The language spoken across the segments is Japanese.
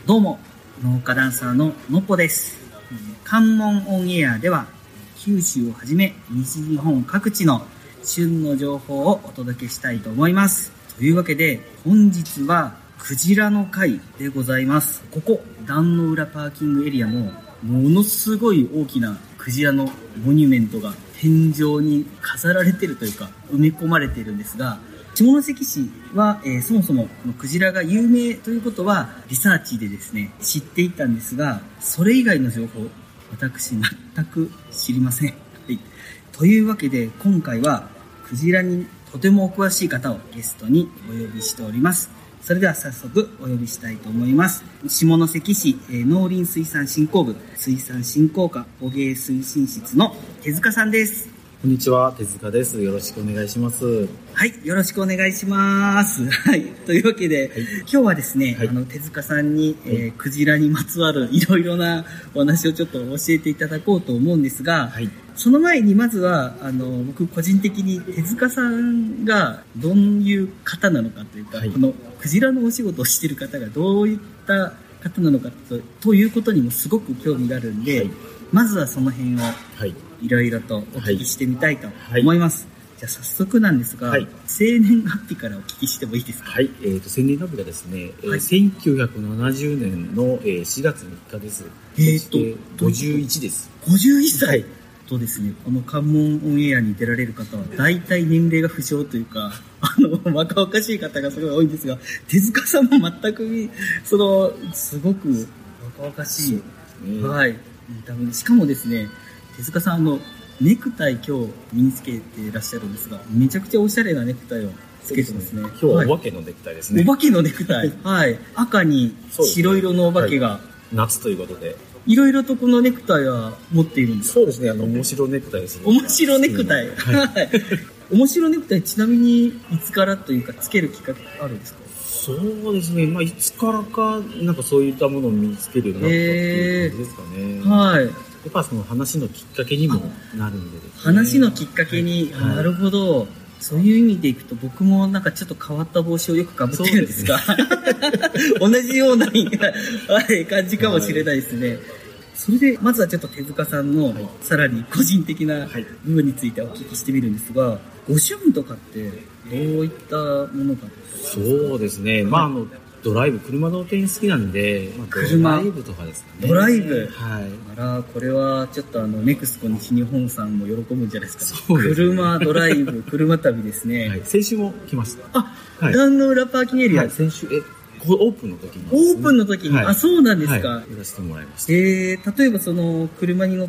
どうも、農家ダンサーののっぽです。関門オンエアでは、九州をはじめ西日本各地の旬の情報をお届けしたいと思います。というわけで、本日はクジラの会でございます。ここ、壇ノ浦パーキングエリアも、ものすごい大きなクジラのモニュメントが天井に飾られているというか、埋め込まれているんですが、下関市は、そもそもこのクジラが有名ということはリサーチでですね知っていたんですが、それ以外の情報私全く知りません、はい、というわけで今回はクジラにとてもお詳しい方をゲストにお呼びしております。それでは早速お呼びしたいと思います。下関市農林水産振興部水産振興課捕鯨推進室の手塚さんです。 こんにちは、手塚です。よろしくお願いします。 はい、よろしくお願いします。はい、というわけで、はい、今日はですね、はい、手塚さんに、クジラにまつわるいろいろなお話をちょっと教えていただこうと思うんですが、はい、その前にまずは僕個人的に手塚さんがどういう方なのかというか、はい、このクジラのお仕事をしている方がどういった方なのかということにもすごく興味があるんで、はい、まずはその辺を、はい、いろいろとお聞きしてみたいと思います。はい、じゃあ早速なんですが、はい、生年月日からお聞きしてもいいですか？ はい、生年月日がですね、1970年の4月3日です。51です。 51歳、はい、とですね、この関門オンエアに出られる方は大体年齢が不詳というか若々しい方がすごい多いんですが、手塚さんも全くすごく若々しい、はい、しかもですね、手塚さんネクタイ今日身につけていらっしゃるんですが、めちゃくちゃおしゃれなネクタイをつけてますね。 今日はお化けのネクタイですね。 お化けのネクタイ。はい。赤に白色のお化けが。はい、 夏ということで。 いろいろとこのネクタイは持っているんですか？ そうですね。面白ネクタイですね。 面白ネクタイ。はい。面白ネクタイ、ちなみにいつからというかつけるきっかけあるんですか？ そうですね。いつからかなんかそういったものを身につけるようになったっていう感じですかね。 はい。 やっぱその話のきっかけにもなるんでですね。 話のきっかけに、はい、なるほど。そういう意味でいくと僕もなんかちょっと変わった帽子をよくかぶってるんですが、同じような、はい、感じかもしれないですね。はい、それでまずはちょっと手塚さんのさらに個人的な部分についてお聞きしてみるんですが、ご趣味とかってどういったものかですか？ そうですね。ドライブ、車の運転好きなんで、ドライブとかですかね。 ドライブ。 はい。 これはちょっとネクスコ西日本さんも喜ぶんじゃないですか。 そうですね。 車、ドライブ、車旅ですね。 はい。先週も来ました。 はい、壇ノ浦パーキングエリア。はい、 先週、オープンの時に、ね。 オープンの時に、はい、そうなんですか。 はい、やらせてもらいました。 例えば車に乗って、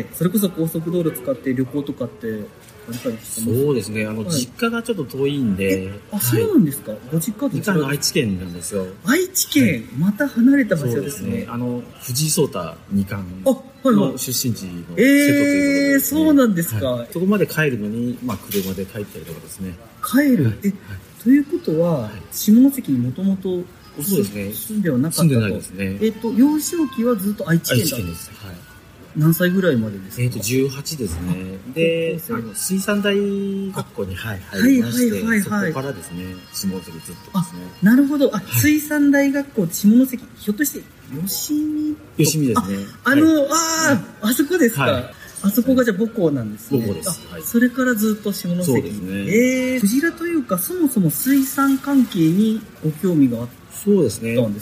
それこそ高速道路使って旅行とかって、 そうですね。実家がちょっと遠いんで。 そうなんですか。ご実家実家の愛知県なんですよ。 愛知県、また離れた場所ですね。 藤井聡太二冠の出身地の瀬戸ということで。 そうなんですか。 そこまで帰るのに、車で帰ったりとかですね。 帰る？ということは、下関にもともと住んではなかったと。 住んでないですね。 幼少期はずっと愛知県だったんですか？何歳ぐらいまでですか ？18ですね。で、水産大学校に入りまして、そこからですね、下関ずっとですね。 なるほど。水産大学校下関、ひょっとして吉見ですね。 あそこですか。あそこがじゃあ母校なんですね。 母校です。 それからずっと下関。 そうですね。 クジラというか、そもそも水産関係にご興味があった。 そうですね。 はい。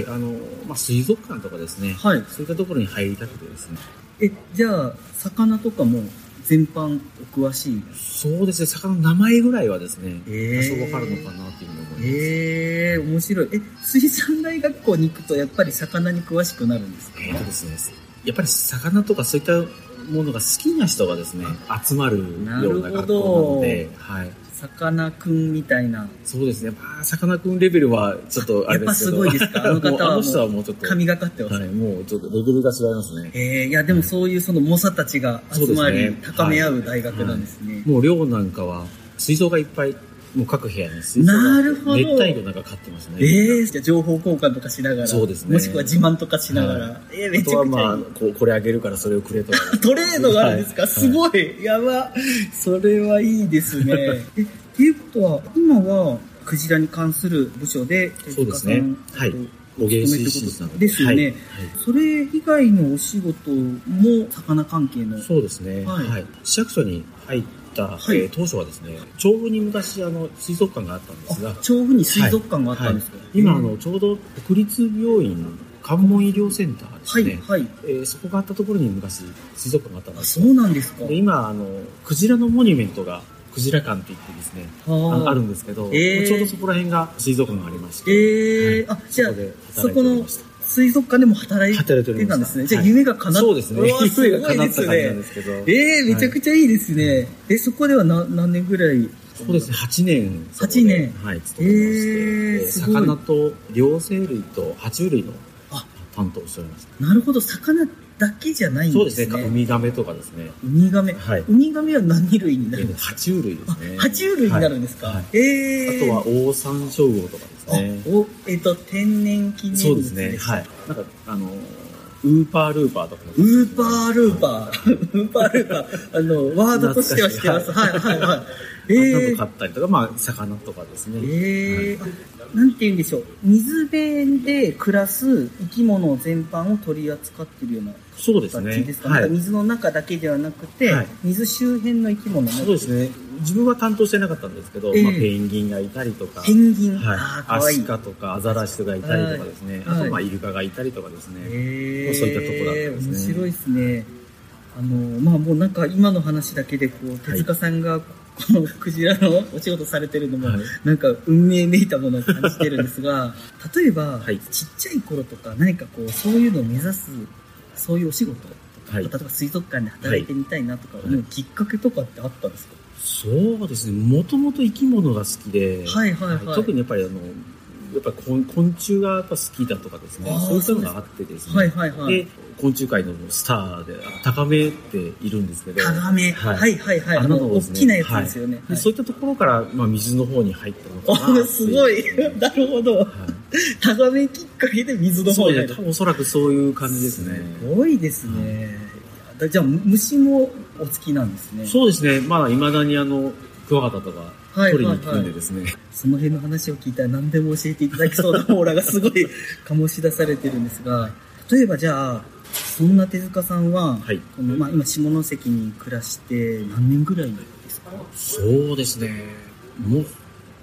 水族館とかですね。はい。そういったところに入りたくてですね。 じゃあ、魚とかも全般お詳しい？ そうですね。魚の名前ぐらいはですね、多少わかるのかなっていうふうに思います。 面白い。水産大学校に行くとやっぱり魚に詳しくなるんですか？ ですね。やっぱり魚とかそういったものが好きな人がですね、集まるような学校なので、はい。 さかなクンみたいな。 そうですね。さかなクンレベルはちょっとあれですけど。 やっぱすごいですか？あの方は人はもうちょっと神がかってます。 はい、もうちょっとレベルが違いますね。 いやでもそういう猛者たちが集まり、高め合う大学なんですね。 もう寮なんかは水槽がいっぱい。もう各部屋に水槽が熱帯魚なんか飼ってますね。 じゃあ情報交換とかしながら、 そうですね。 もしくは自慢とかしながら、 めっちゃくちゃいい。これあげるからそれをくれとか。 トレードがあるんですか？すごい。やば。それはいいですね。っていうことは今はクジラに関する部署で手塚さん捕鯨推進士なんですよね、 はいはい。 それ以外のお仕事も魚関係の。 そうですね。はい。はい、市役所に入った、はい、当初はですね、調布に昔水族館があったんですが。 調布に水族館があったんですか？ はいはい、今ちょうど国立病院関門医療センターですね。はいはい。そこがあったところに昔水族館があったんですよ。 そうなんですか。 で今クジラのモニュメントがクジラ館って言ってですね、あるんですけど、ちょうどそこら辺が水族館がありまして、はい、 じゃあそこの水族館でも働いてたんですね。じゃあ夢が叶った。 そうですね。夢が叶った感じなんですけど。 めちゃくちゃいいですね。そこでは何年ぐらい？ そうですね、8年。 8年。 はい、勤めまして、魚と両生類と爬虫類の担当をしておりました。 なるほど、魚だけじゃないんですね。 そうですね、ウミガメとかですね。 ウミガメ。はい。ウミガメは何類になるんですか？ 爬虫類ですね。 爬虫類になるんですか？はい、 あとはオオサンショウウオとかですね。 天然記念物ですね。 そうですね。はい。なんかウーパールーパーとかも。 ウーパールーパー。ウーパールーパー。ワードとしては知ってます。はいはいはい。 など買ったりとか、まあ魚とかですね。 なんて言うんでしょう。水辺で暮らす生き物全般を取り扱っているような。 そうですね。 はい、水の中だけではなくて、はい、水周辺の生き物も。 そうですね。自分は担当してなかったんですけど、まあ、ペンギンがいたりとか、 ペンギン、 はい、アシカとかアザラシがいたりとかですね、あとまあイルカがいたりとかですね、そういったところだったんですね。 面白いですね。まあもうなんか今の話だけで手塚さんがこのクジラのお仕事されてるのも、なんか運命めいたものを感じてるんですが、例えば、ちっちゃい頃とか何かそういうのを目指す、そういうお仕事とか、例えば水族館で働いてみたいなとか思うきっかけとかってあったんですか？ そうですね、もともと生き物が好きで、特にやっぱり昆虫がやっぱ好きだとかですね、そういうのがあってですね、で昆虫界のスターでタガメっているんですけど、 タガメ、大きなやつですよね。 そういったところからまあ水の方に入ったのかな。 すごい、なるほど。タガメきっかけで水の方に入った。 おそらくそういう感じですね。 すごいですね。じゃあ虫もお好きなんですね。 そうですね。まあ未だにクワガタとか取りに行くんでですね。 その辺の話を聞いたら何でも教えていただきそうなオーラがすごい醸し出されてるんですが、例えばじゃあそんな手塚さんは、まあ今下関に暮らして何年ぐらいですか？ そうですね。もう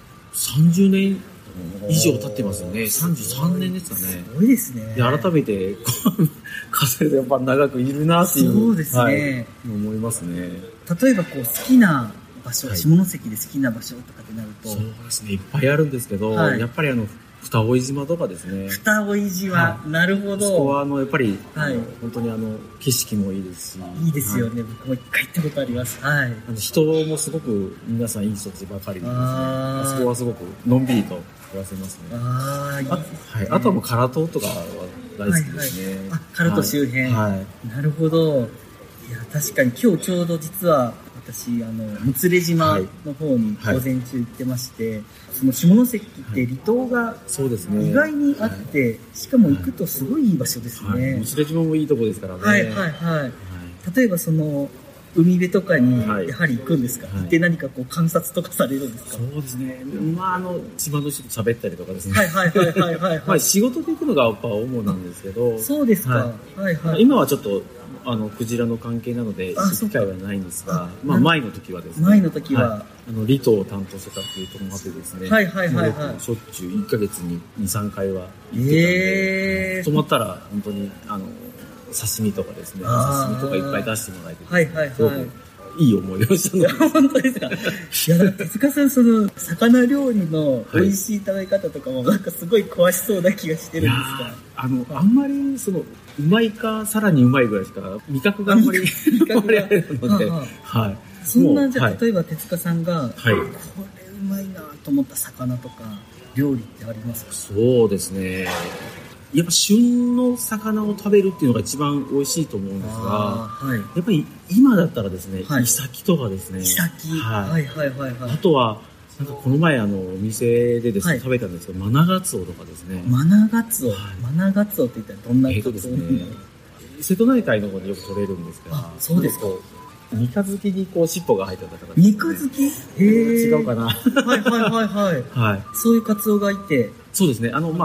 30年以上経ってますよね。33年ですかね。 すごいですね。 で改めて数えてやっぱ長くいるなっていう。 そうですね。 思いますね。 例えば好きな場所、下関で好きな場所とかってなると、 そうですね、いっぱいあるんですけど、やっぱり二追島とかですね。 二追島、なるほど。 そこはやっぱり、本当に景色もいいですし。 いいですよね。僕も一回行ったことあります。はい。 人もすごく皆さんいい人たちばかりでですね。そこはすごくのんびりと暮らせますね。あとはもう唐戸とかは大好きですね。 唐戸周辺。なるほど。いや、確かに今日ちょうど実は、私もつれ島の方に午前中行ってまして、その下関って離島が意外にあって、しかも行くとすごいいい場所ですね。 もつれ島もいいとこですからね。 例えば海辺とかにやはり行くんですか？行って何か観察とかされるんですか？ そうですね。まあ島の人と喋ったりとかですね。 まあ仕事で行くのがやっぱ主なんですけど。 そうですか。 今はちょっとクジラの関係なので行く機会はないんですが、まあ前の時はですね。 前の時は離島を担当してたっていうところもあってですね。しょっちゅう1ヶ月に2、3回は行ってたんで、泊まったら本当に刺身とかですね、刺身とかいっぱい出してもらえて、すごくいい思いをしたので。 本当ですか？いや、手塚さん魚料理の美味しい食べ方とかもなんかすごい詳しそうな気がしてるんですが、 あんまりうまいかさらにうまいぐらいしか味覚があんまりあれなので、 そんなじゃあ例えば手塚さんがこれうまいなと思った魚とか料理ってありますか？ そうですね。やっぱ旬の魚を食べるっていうのが一番美味しいと思うんですが、やっぱり今だったらですね、イサキとかですね。 イサキ。あとは、なんかこの前お店でですね、食べたんですけど、マナガツオとかですね。 マナガツオ。マナガツオって言ったらどんなカツオですね。瀬戸内海の方でよく取れるんですけど。 そうですか。 三日月に尻尾が入ってたから。 三日月？ 違うかな。 そういうカツオがいて。 そうですね。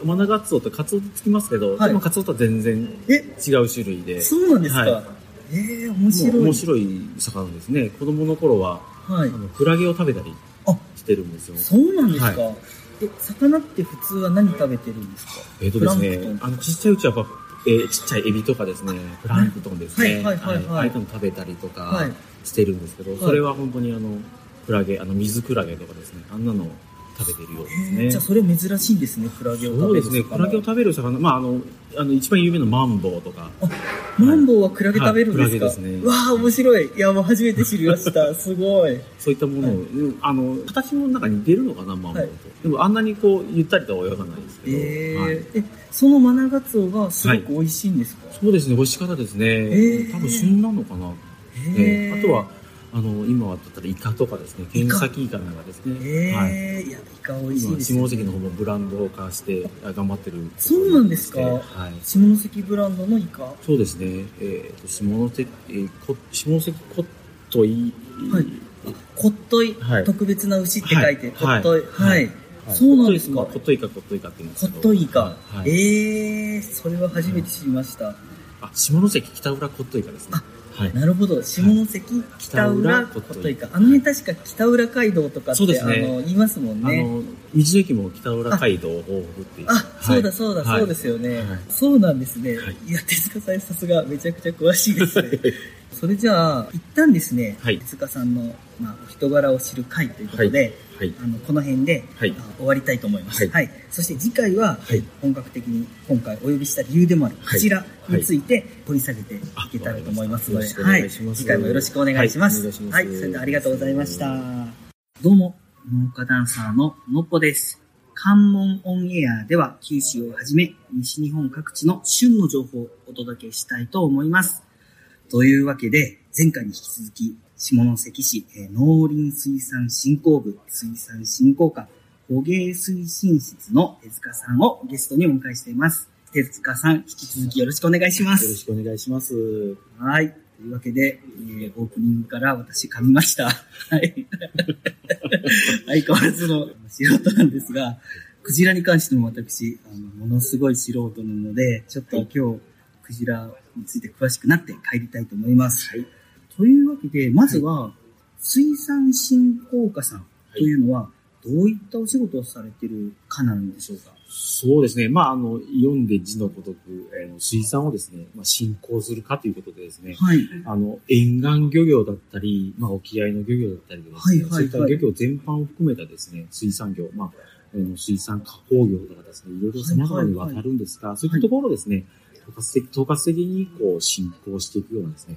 マナガツオってカツオとつきますけど、でもカツオとは全然違う種類で。 そうなんですか。面白い。 面白い魚ですね。子供の頃は、クラゲを食べたりしてるんですよ。 そうなんですか。魚って普通は何食べてるんですか？ ですね、ちっちゃいうちはちっちゃいエビとかですね、プランクトンですね。ああいうの食べたりとかしてるんですけど、それは本当にクラゲ、水クラゲとかですね、あんなの食べてるようですね。 じゃあそれ珍しいんですね、クラゲを食べる魚。 そうですね、クラゲを食べる魚、一番有名なマンボウとか。 マンボウはクラゲ食べるんですか？ クラゲですね。 わあ、面白い。いや、もう初めて知りました。すごい。 そういったものを、形の中に似てるのかな、マンボウと。でもあんなにこう、ゆったりとは泳がないですけど。 そのマナガツオがすごく美味しいんですか？ そうですね、美味しかったですね。多分旬なのかな。あとは、今はだったらイカとかですね、ケンサキイカなんかですね。 いや、イカ美味しいですね。 下関の方もブランド化して頑張ってる。 そうなんですか？下関ブランドのイカ？ そうですね。下関コットイ。 コットイ。特別な牛って書いて、コットイ。そうなんですか？ コットイカって言うんですけど。 コットイカ。それは初めて知りました。 下関北浦コットイカですね。 なるほど。下関北浦コットイカ。確か北浦街道とかって言いますもんね。 道の駅も北浦街道を送っていて。 そうですよね。そうなんですね。いや、手塚さんさすがめちゃくちゃ詳しいですね。それじゃあ、一旦ですね、手塚さんのお人柄を知る会ということで、この辺で終わりたいと思います。そして次回は、本格的に今回お呼びした理由でもあるクジラについて掘り下げていけたらと思いますので、次回もよろしくお願いします。それではありがとうございました。どうも、農家ダンサーののっぽです。関門オンエアでは九州をはじめ西日本各地の旬の情報をお届けしたいと思います。というわけで、前回に引き続き、下関市農林水産振興部水産振興課捕鯨推進室の手塚さんをゲストにお迎えしています。手塚さん、引き続きよろしくお願いします。 よろしくお願いします。 はい。というわけで、オープニングから私噛みました。はい。相変わらずの素人なんですが、クジラに関しても私、ものすごい素人なので、ちょっと今日、クジラについて詳しくなって帰りたいと思います。というわけで、まずは、水産振興課さんというのは、どういったお仕事をされている課なんでしょうか？ そうですね。読んで字のごとく、水産をですね、振興するかということでですね、沿岸漁業だったり、沖合の漁業だったりですね、そういった漁業全般を含めたですね、水産業、水産加工業とかですね、いろいろ様々にわたるんですが、そういったところをですね、統括的にこう振興していくようなですね。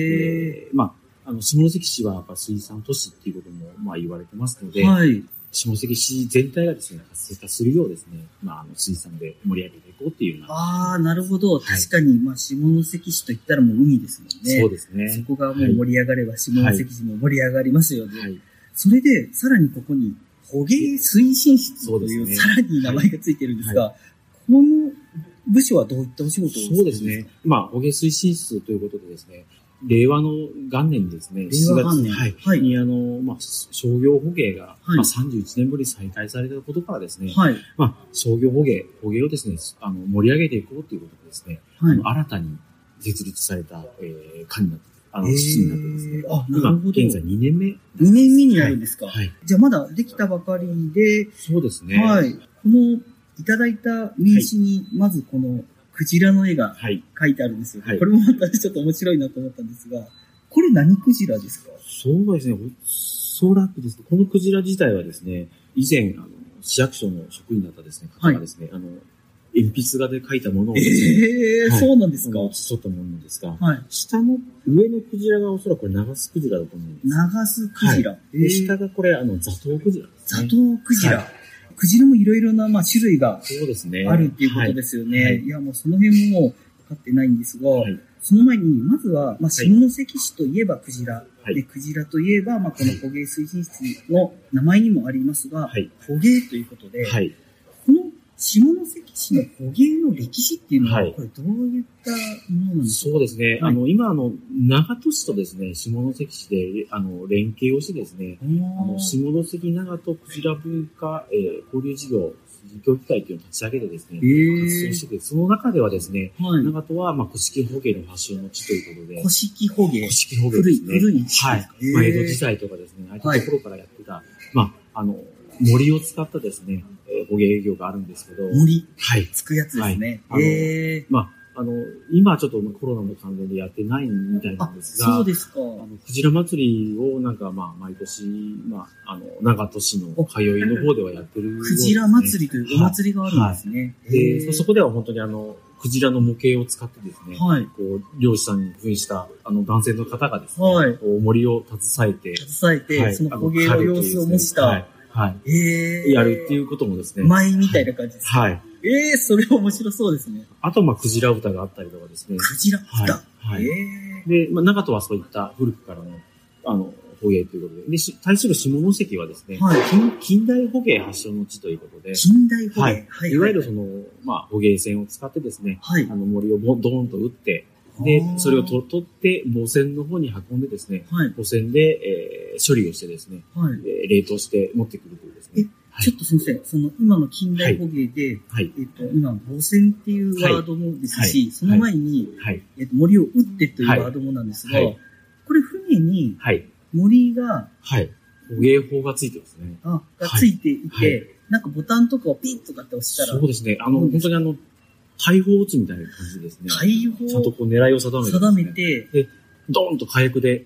下関市はやっぱ水産都市っていうことも言われてますので、下関市全体がですね、活性化するようですね、水産で盛り上げていこうっていうような。 なるほど。確かに、下関市といったらもう海ですもんね。 そうですね。 そこがもう盛り上がれば下関市も盛り上がりますよね。それで、さらにここに捕鯨推進室というさらに名前がついてるんですが、この部署はどういったお仕事をするんですか？ そうですね。捕鯨推進室ということでですね、令和の元年にですね、 令和元年に商業捕鯨が、31年ぶりに再開されたことからですね、商業捕鯨をですね、盛り上げていこうということでですね、新たに設立された、課になって、基地になってますね。今、現在2年目。 2年目になるんですか？じゃあまだできたばかりで、 そうですね。 このいただいた名刺に、まずこのクジラの絵が書いてあるんですよ。これもまたちょっと面白いなと思ったんですが、これ何クジラですか？ そうですね。おそらくですね、このクジラ自体はですね、以前、市役所の職員だったですね、方がですね、鉛筆画で描いたものをですね、 そうなんですか？ 競ったものなんですが、下の上のクジラがおそらくこれナガスクジラだと思うんです。 ナガスクジラ。 下がこれザトウクジラですね。 ザトウクジラ。クジラもいろいろな種類があるっていうことですよね。いや、もうその辺ももう分かってないんですが、その前に、まずは、下関市といえばクジラ。で、クジラといえば、この捕鯨推進室の名前にもありますが、捕鯨ということで、この下関市の捕鯨の歴史っていうのは、これどういったものなんですか？ そうですね。今、長門市とですね、下関市で、連携をしてですね、下関長門クジラ文化、交流事業協議会っていうのを立ち上げてですね、活動してて、その中ではですね、長門は、古式捕鯨の発祥の地ということで。 古式捕鯨。 古式捕鯨ですね。 古い地。 はい。江戸時代とかですね、ああいったところからやってた、森を使ったですね、捕鯨業があるんですけど。 森つくやつですね。 今ちょっとコロナの関連でやってないみたいなんですが、 そうですか。 クジラ祭りを毎年、長門市の通いの方ではやってる、ね。 クジラ祭りというお祭りがあるんですね。 で、そこでは本当にクジラの模型を使ってですね、こう、漁師さんに扮した男性の方がですね、森を携えて、 その捕鯨の様子を模した、 やるっていうこともですね。 舞みたいな感じですね。それ面白そうですね。 あと、クジラ歌があったりとかですね。 クジラ歌で、長門はそういった古くからの、捕鯨ということで。で、対する下関はですね、近代捕鯨発祥の地ということで。 近代捕鯨いわゆる捕鯨船を使ってですね、森をドーンと撃って、で、それを取って母船の方に運んでですね、母船で、処理をしてですね、冷凍して持ってくるというですね。 ちょっと先生、今の近代捕鯨で、今、母船っていうワードもですし、その前に、森を撃ってというワードもなんですが、これ船に、森が、 捕鯨砲がついてますね。 がついていて、なんかボタンとかをピッとかって押したら。 そうですね。本当に大砲を撃つみたいな感じですね。 大砲ちゃんとこう狙いを定めて。で、ドーンと火薬で、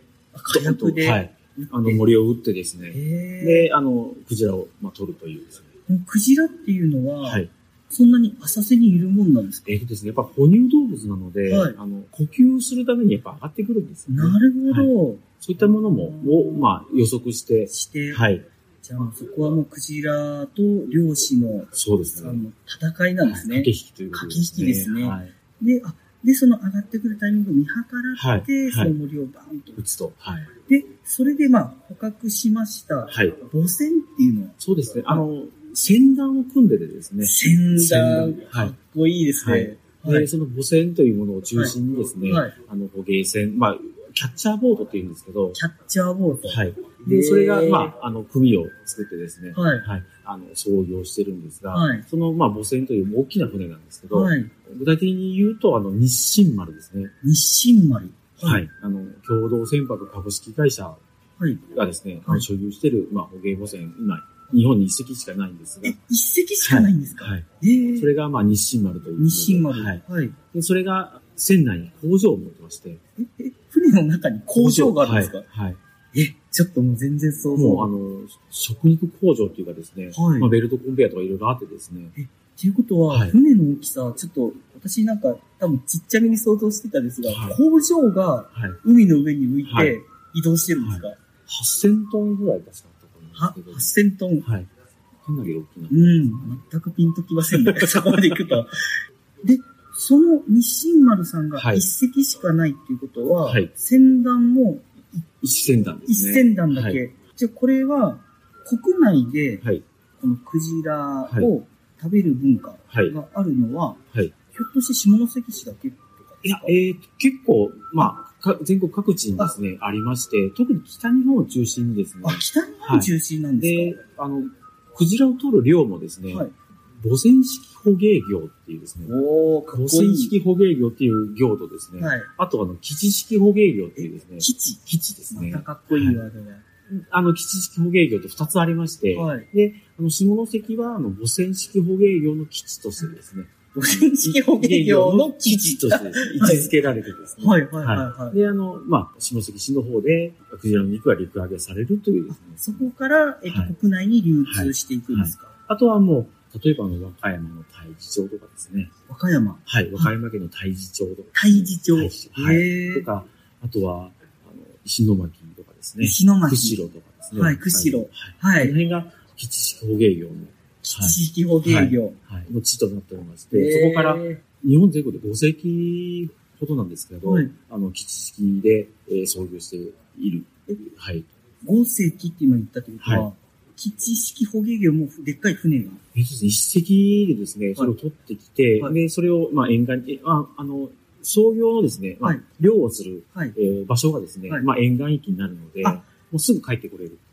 森を撃ってですね。で、クジラを取るというですね。クジラっていうのは、そんなに浅瀬にいるもんなんですか？ ですね。やっぱ哺乳動物なので、呼吸するためにやっぱ上がってくるんですよね。 なるほど。 そういったものも、予測して。 じゃあ、そこはもうクジラと漁師の、 そうですね。 戦いなんですね。 駆け引きということですね。 駆け引きですね。で、その上がってくるタイミングを見計らって、その森をバーンと撃つと。 で、それで捕獲しました。母船っていうのはそうですね。船団を組んでてですね。 船団。かっこいいですね。 で、その母船というものを中心にですね、捕鯨船、キャッチャーボートって言うんですけど。 キャッチャーボート。 で、それが、組を作ってですね、操業してるんですが、その、母船という大きな船なんですけど、具体的に言うと、日清丸ですね。 日清丸。 共同船舶株式会社がですね、所有している、捕鯨母船、今、日本に一隻しかないんですが。 一隻しかないんですか？ それが、日清丸という。 日清丸。 で、それが、船内に工場を持ってまして。 船の中に工場があるんですか？ちょっともう全然想像。 もう、食肉工場っていうかですね、ベルトコンベヤーとかいろいろあってですね。 っていうことは、船の大きさ、ちょっと、私なんか多分ちっちゃめに想像してたんですが、工場が海の上に浮いて移動してるんですか ？8000トンぐらい確かあったと思うんですけど。 8000トン。 かなり大きな。 全くピンときませんね。そこまで行くと。で、その日清丸さんが一隻しかないっていうことは、船団も一船団ですね。 一船団だけ。じゃあこれは、国内で、このクジラを食べる文化があるのは、ひょっとして下関市だけとかですか？ いや、結構、全国各地にですね、ありまして、特に北日本を中心にですね。 北日本中心なんですか？ で、クジラを取る量もですね、母船式捕鯨業っていうですね。母船式捕鯨業っていう業とですね。あと基地式捕鯨業っていうですね。基地ですね。 またかっこいいワードが。 基地式捕鯨業と2つありまして、で、下関は母船式捕鯨業の基地としてですね。 母船式捕鯨業の基地として位置づけられてですね。で、下関市の方で、クジラの肉が陸揚げされるというですね。 そこから、国内に流通していくんですか？ あとはもう、例えば和歌山の太地町とかですね。 和歌山？ 和歌山県の太地町とか。 太地町。 とか、あとは、石巻とかですね。 石巻。 釧路とかですね。 釧路。この辺が基地式捕鯨業の。 基地式捕鯨業。 の地となっておりまして、そこから日本全国で5隻ほどなんですけど、基地式で操業している。 5隻って今言ったということは、基地式捕鯨業もでっかい船が一隻でですね、それを取ってきて、で、それを、沿岸に、操業のですね、漁をする、場所がですね、沿岸域になるので、もうすぐ帰ってこれるっていう。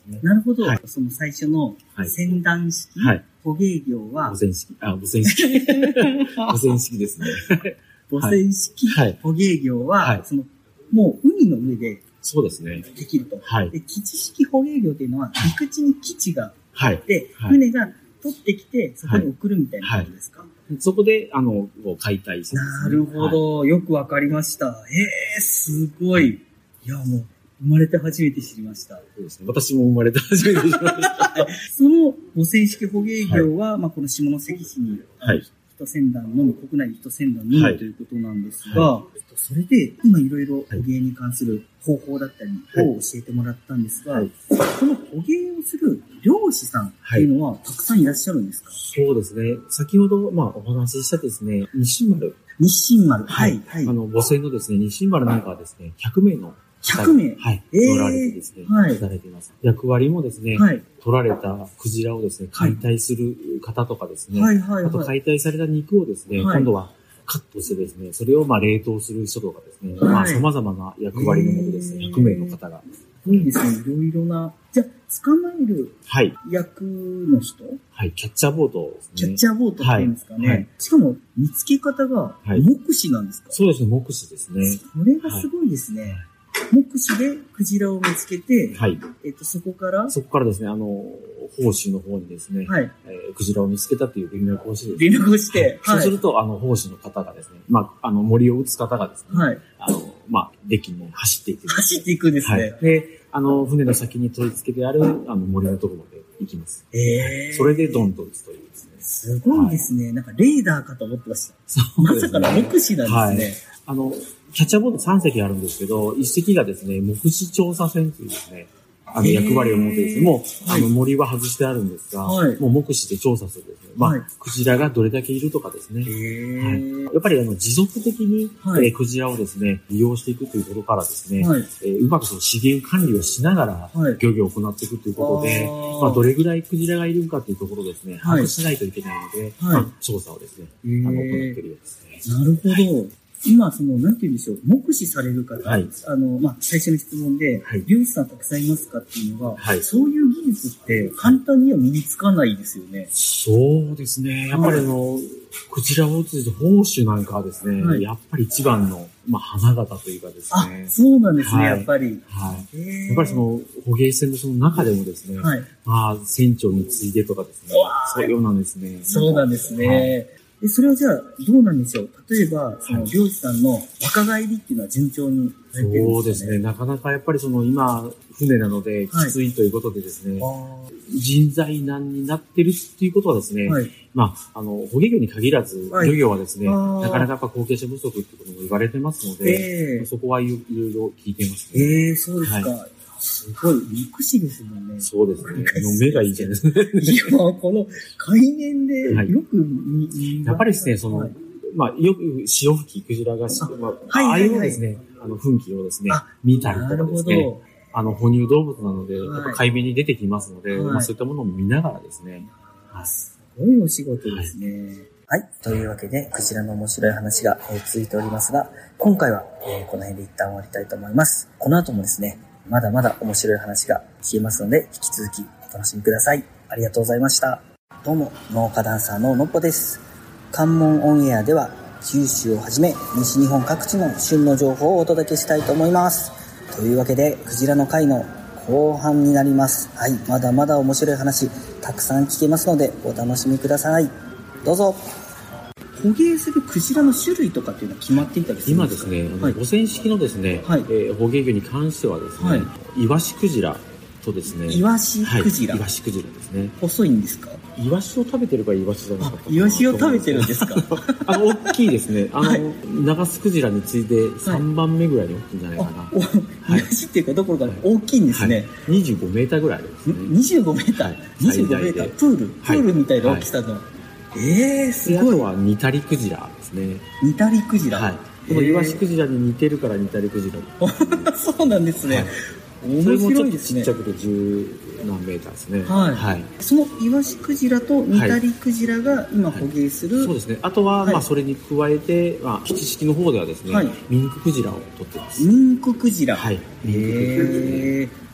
ね。 なるほど。その最初の船団式、捕鯨業は、 母船式。母船式ですね。 母船式捕鯨業は、もう海の上で、 そうですね。 できると。で、基地式捕鯨業っていうのは、陸地に基地があって、船が取ってきて、そこに送るみたいなことですか？ そこで、解体してますね。なるほど。よくわかりました。すごい。いや、もう、生まれて初めて知りました。 そうですね。私も生まれて初めて知りました。 その母船式捕鯨業は、この下関市に、一船団のみ、国内に一船団のみということなんですが、それで、今いろいろ捕鯨に関する方法だったりを教えてもらったんですが、この捕鯨をする漁師さんっていうのはたくさんいらっしゃるんですか？ そうですね。先ほど、お話ししたですね、日清丸。母船のですね、日清丸なんかはですね、100名の 100名取られてですね、働いています。役割もですね、取られたクジラをですね、解体する方とかですね、あと解体された肉をですね、今度はカットしてですね、それを冷凍する人とかですね、様々な役割のもとですね、100名の方が。 いいですね、いろいろな。じゃあ、捕まえる役の人？ キャッチャーボートですね。 キャッチャーボートっていうんですかね。しかも、見つけ方が目視なんですか？ そうですね、目視ですね。 それがすごいですね。目視でクジラを見つけて、そこからですね、砲手の方にですね、クジラを見つけたという連絡をしてですね。連絡をして。 そうすると、砲手の方がですね、森を撃つ方がですね、デッキに走っていく。 走っていくんですね。 で、船の先に取り付けてある、森のところまで行きます。それでドンと撃つというですね。 すごいですね。なんかレーダーかと思ってました。まさかの目視なんですね。 キャッチャーボート3隻あるんですけど、1隻がですね、目視調査船というですね、役割を持ってですね、もう、森は外してあるんですが、もう目視で調査するですね、クジラがどれだけいるとかですね、やっぱり持続的に、クジラをですね、利用していくということからですね、うまくその資源管理をしながら、漁業を行っていくということで、どれぐらいクジラがいるかというところをですね、把握しないといけないので、調査をですね、行っているようですね。 なるほど。今、なんて言うんでしょう、目視される方、最初の質問で、漁師さんたくさんいますかっていうのが、そういう技術って簡単には身につかないですよね。 そうですね。やっぱりクジラを撃つ砲手なんかはですね、やっぱり一番の、花形というかですね。 そうなんですね、やっぱり。 やっぱり捕鯨船のその中でもですね、船長に次いでとかですね、そういうようなんですね。 そうなんですね。それはじゃあ、どうなんでしょう？例えば、漁師さんの若返りっていうのは順調にされてるんですかね？ そうですね。なかなかやっぱり今、船なのできついということでですね、人材難になってるっていうことはですね、捕鯨業に限らず、漁業はですね、なかなかやっぱ後継者不足ってことも言われてますので、そこはいろいろ聞いてますね。 そうですか。すごい、目視ですもんね。 そうですね。目がいいじゃないですか。 いや、この海面でよくやっぱりですね、よく潮吹き、クジラが、ああいうですね、噴気をですね、見たりとかですね、哺乳動物なので、海面に出てきますので、そういったものを見ながらですね。 すごいお仕事ですね。はい。というわけで、クジラの面白い話が続いておりますが、今回はこの辺で一旦終わりたいと思います。この後もですね、まだまだ面白い話が聞けますので、引き続きお楽しみください。ありがとうございました。どうも、農家ダンサーののっぽです。関門オンエアでは、九州をはじめ、西日本各地の旬の情報をお届けしたいと思います。というわけで、クジラの回の後半になります。はい、まだまだ面白い話、たくさん聞けますので、お楽しみください。どうぞ。捕鯨するクジラの種類とかっていうのは決まっていたりするんですか？ 今ですね、母船式のですね、捕鯨魚に関してはですね、イワシクジラとですね、 イワシクジラ、 イワシクジラですね。 細いんですか？ イワシを食べてるかイワシじゃなかったか。 イワシを食べてるんですか？ 大きいですね。ナガスクジラに次いで3番目ぐらいに大きいんじゃないかな。 イワシっていうかどころか大きいんですね。 25メーターぐらいあるんですね。 25メーター ?25 メータープールみたいな大きさの。すごい。 あとはニタリクジラですね。 ニタリクジラ。 このイワシクジラに似てるからニタリクジラ。 そうなんですね。面白いですね。 それもちょっとちっちゃくて10何メーターですね。 そのイワシクジラとニタリクジラが今捕鯨する。 そうですね。あとはそれに加えて基地式の方ではですね、ミンククジラを取っています。 ミンククジラ。 ミンククジラですね。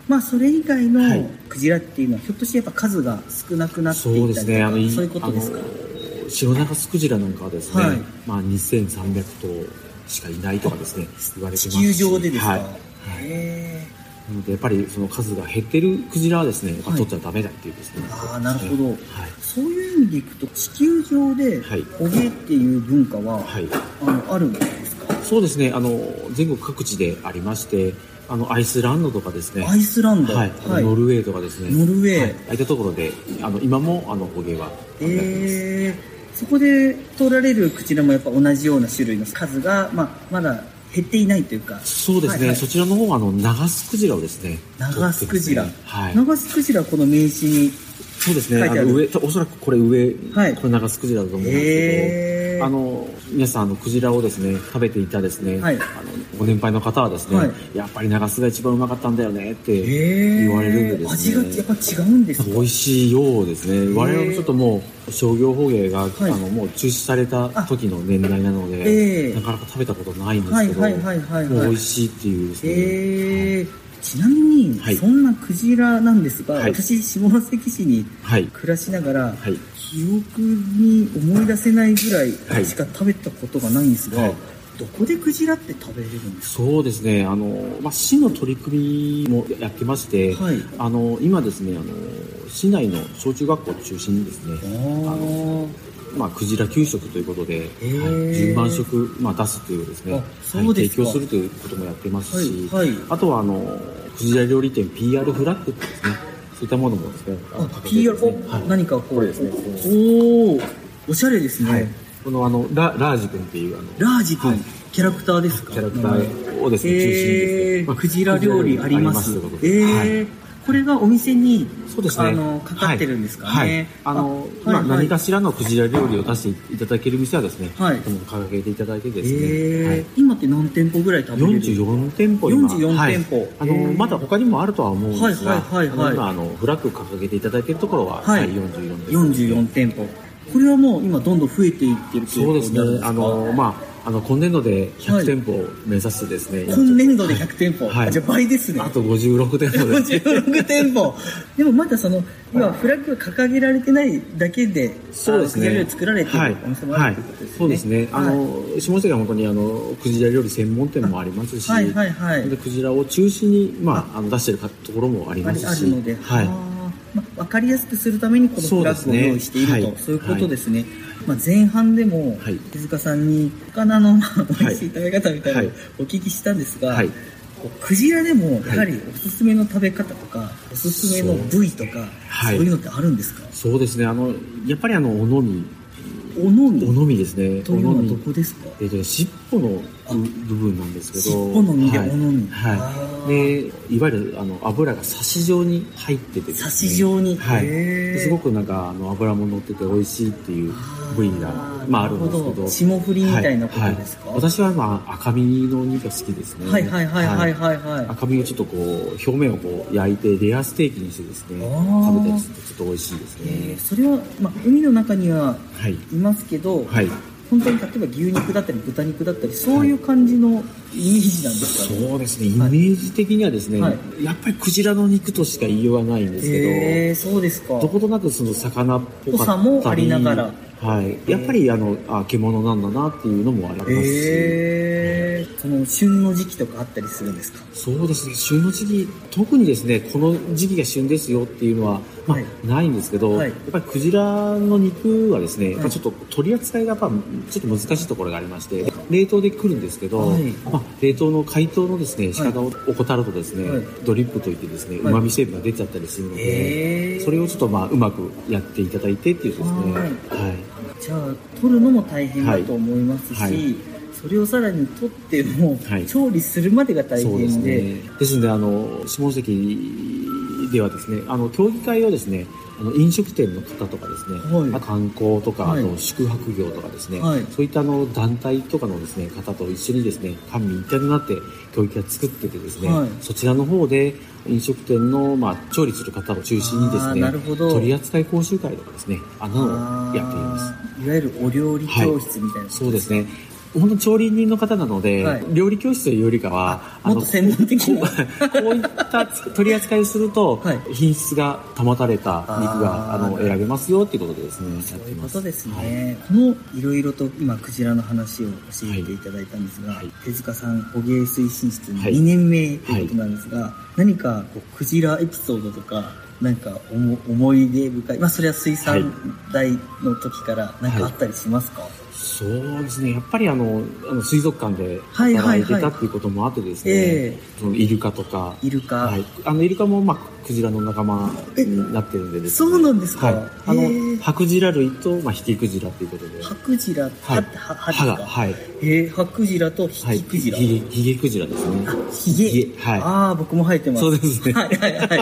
それ以外のクジラっていうのは、ひょっとしてやっぱ数が少なくなっていったりとか、そういうことですか？ シロナガスクジラなんかはですね、2300頭しかいないとかですね、言われてますし。 地球上でですか？ なのでやっぱりその数が減ってるクジラはですね、やっぱ取っちゃダメだっていうですね。 なるほど。そういう意味でいくと、地球上で捕鯨っていう文化は、あるんですか？ そうですね、全国各地でありまして、アイスランドとかですね。 アイスランド、 ノルウェーとかですね。 ノルウェー。 ああいったところで、今も捕鯨はやってます。 そこで取られるクジラもやっぱ同じような種類の数が、まだ減っていないというか。 そうですね、そちらの方はナガスクジラをですね。 ナガスクジラ。ナガスクジラはこの名刺に。 そうですね、おそらくこれ上、これナガスクジラだと思うんですけど、皆さんクジラをですね食べていたですね、ご年配の方はですね、やっぱりナガスが一番うまかったんだよねって言われるんでですね。 味がやっぱ違うんですか？ 美味しいようですね。我々もちょっともう商業捕鯨が、もう中止された時の年代なので、なかなか食べたことないんですけど、もう美味しいっていうですね。 ちなみに、そんなクジラなんですが、私下関市に暮らしながら、記憶に思い出せないぐらいしか食べたことがないんですが、どこでクジラって食べれるんですか？ そうですね、市の取り組みもやってまして、今ですね、市内の小中学校を中心にですね、クジラ給食ということで、10万食、出すというですね、提供するということもやってますし、あとはクジラ料理店 PR フラッグってですね、そういったものもですね、 PR、何かこうですね、おしゃれですね。 このラージ君っていうラージ君、キャラクターですか？ キャラクターをですね、中心にですね、 クジラ料理あります。これがお店にかかってるんですかね。 何かしらのクジラ料理を出していただける店はですね、掲げていただいてですね。 今って何店舗ぐらい食べれる ？44店舗今。44店舗。 まだ他にもあるとは思うんですが、今フラッグ掲げていただいているところは 44店舗。これはもう今どんどん増えていってるということですか？そうですね。今年度で100店舗を目指してですね。 今年度で100店舗。じゃあ倍ですね。 あと56店舗です。 56店舗。でもまだ今フラッグが掲げられてないだけで、 そうですね。 クジラ料理作られているお店もあるということですね。 そうですね。下関は本当にクジラ料理専門店もありますし、クジラを中心に出しているところもありますし。 あるので。分かりやすくするためにこのフラッグを用意していると、そういうことですね。前半でも手塚さんに魚の美味しい食べ方みたいなのをお聞きしたんですが、クジラでもやはりおすすめの食べ方とか、おすすめの部位とか、そういうのってあるんですか？ そうですね。やっぱり尾身ですね。 というのはどこですか？ 尻尾の部分なんですけど、 尻尾の身で尾身。 で、いわゆる油がサシ状に入ってて、 サシ状に。 すごく油も乗ってて美味しいっていう部位があるんですけど、 霜降りみたいなことですか？ 私は赤身の肉が好きですね。赤身をちょっと表面を焼いてレアステーキにしてですね、食べたりするとちょっと美味しいですね。 それは海の中にはいますけど、本当に例えば牛肉だったり豚肉だったり、そういう感じのイメージなんですかね？ そうですね、イメージ的にはですね、やっぱりクジラの肉としか言いようがないんですけど、 そうですか。 どことなく魚っぽかったりもありながら、 やっぱり獣なんだなっていうのもありますし、 その旬の時期とかあったりするんですか？ そうですね、旬の時期、特にですね、この時期が旬ですよっていうのはないんですけど、やっぱりクジラの肉はですね、ちょっと取り扱いがやっぱちょっと難しいところがありまして、冷凍で来るんですけど、冷凍の解凍のですね、仕方を怠るとですね、ドリップといってですね、旨味成分が出ちゃったりするので、それをちょっとうまくやっていただいてっていうですね。 じゃあ取るのも大変だと思いますし、それをさらに取っても調理するまでが大変で、 ですので下関ではですね、協議会をですね、飲食店の方とかですね、観光とか、宿泊業とかですね、そういった団体とかのですね、方と一緒にですね、官民一体となって協議会を作っててですね、そちらの方で飲食店の調理する方を中心にですね、取り扱い講習会とかですね、やっています。 いわゆるお料理教室みたいな、 そうですね。 本当に調理人の方なので、はい、料理教室というよりかはもっと専門的なこういった取り扱いをすると、はい、品質が保たれた肉が選べますよっていうことでですね、 そういうことですね、はい、このいろいろと今クジラの話を教えていただいたんですが、はい、手塚さん捕鯨推進室2年目ということなんですが、はい、何かクジラエピソードとかなんか思い出深い、それは水産大の時から何かあったりしますか？はい、 そうですね、やっぱり水族館で働いてたっていうこともあってですね、そのイルカとか、イルカもクジラの仲間になってるんでですね。 そうなんですか？ はい、ハクジラ類とヒキクジラっていうことで。 ハクジラ、 歯ですか？はい。 ハクジラとヒキクジラ。 ヒゲクジラですね。 ヒゲ。はい。ああ、僕も生えてます。 そうですね。 はいはいはい。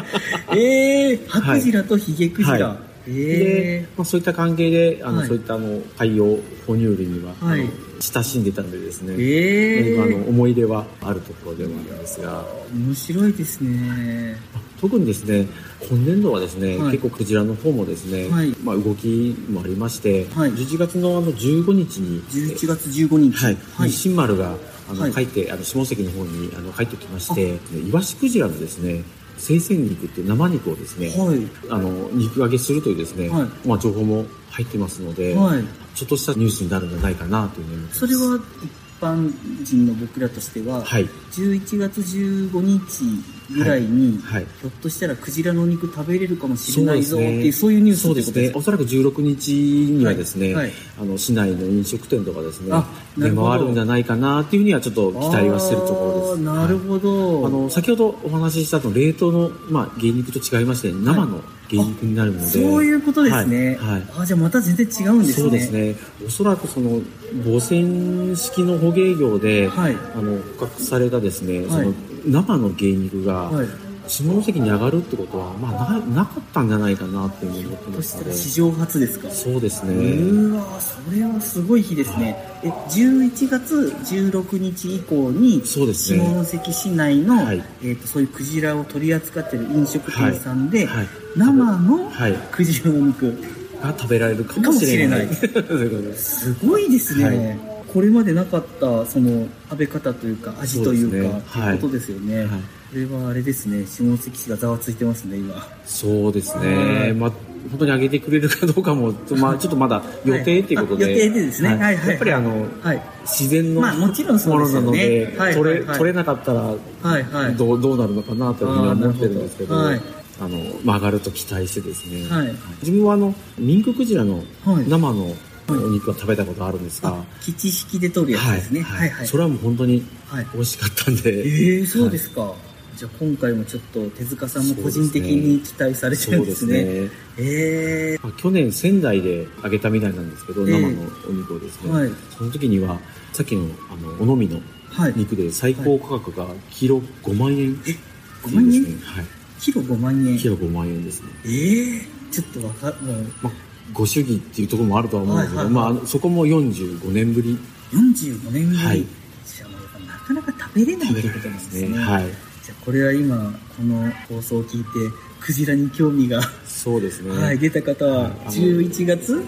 ハクジラとヒゲクジラ。はい、 でそういった関係でそういった海洋哺乳類には、親しんでたんでですね、思い出はあるところではあるんですが、 面白いですね。 特にですね、今年度はですね、結構クジラの方もですね、動きもありまして、11月の15日に 11月15日、 日清丸が帰って下関の方に帰ってきまして、イワシクジラのですね生鮮肉っていう生肉をですね、肉揚げするというですね、情報も入ってますので、ちょっとしたニュースになるんじゃないかなというふうに思います。 それは一般人の僕らとしては、11月15日ぐらいに、ひょっとしたらクジラのお肉食べれるかもしれないぞっていう、そういうニュースってことですか？ おそらく16日にはですね、市内の飲食店とかですね、出回るんじゃないかなっていうふうにはちょっと期待はしてるところです。 なるほど。 先ほどお話しした冷凍の芸肉と違いまして、生の芸肉になるので、 そういうことですね。じゃあまた全然違うんですね。 そうですね。おそらくその母船式の捕鯨業で、捕獲されたですね、その生の芸肉が、下関に上がるってことはなかったんじゃないかなっていうふうに思ってますので。 史上初ですか？ そうですね。 それはすごい日ですね。11月16日以降に下関市内の、そういうクジラを取り扱っている飲食店さんで、生のクジラの肉が食べられるかもしれない。 すごいですね。これまでなかったその食べ方というか味というかということですよね。これはあれですね、下関市がざわついてますね今。 そうですね。本当に上げてくれるかどうかもちょっとまだ予定っていうことで、 予定でですね。やっぱり自然のものなので、取れなかったらどうなるのかなというふうに思ってるんですけど、上がると期待してですね。自分はミンククジラの生のお肉は食べたことあるんですが、 基地式で取るやつですね。 それはもう本当に美味しかったんで。 そうですか。じゃあ今回もちょっと手塚さんも個人的に期待されてるんですね。 去年仙台で揚げたみたいなんですけど、生のお肉をですね、その時にはさっきの尾道の肉で最高価格がキロ5万円。 5万円？キロ5万円。 キロ5万円ですね。 ちょっとわかる。 ご祝儀っていうところもあるとは思うんですけど、そこも45年ぶり。 45年ぶり。じゃあなかなか食べれないってことなんですね。じゃあこれは今この放送を聞いてクジラに興味がそうですね。 出た方は11月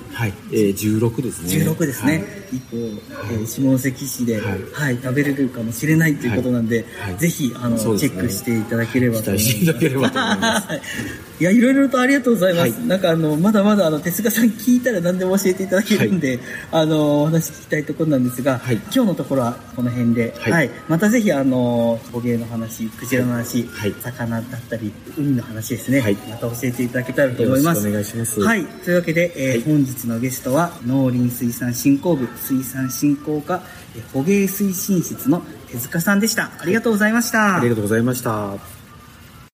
16ですね。 16ですね。以降下関市で食べれるかもしれないということなんで、ぜひチェックしていただければと思います。 期待していただければと思います。 いや、いろいろとありがとうございます。なんかまだまだ手塚さん聞いたら何でも教えていただけるんで、お話聞きたいところなんですが、今日のところはこの辺で、またぜひ捕鯨の話、クジラの話、魚だったり海の話ですね、また教えていただけたらと思います。 よろしくお願いします。 というわけで、本日のゲストは農林水産振興部水産振興課捕鯨推進室の手塚さんでした。ありがとうございました。 ありがとうございました。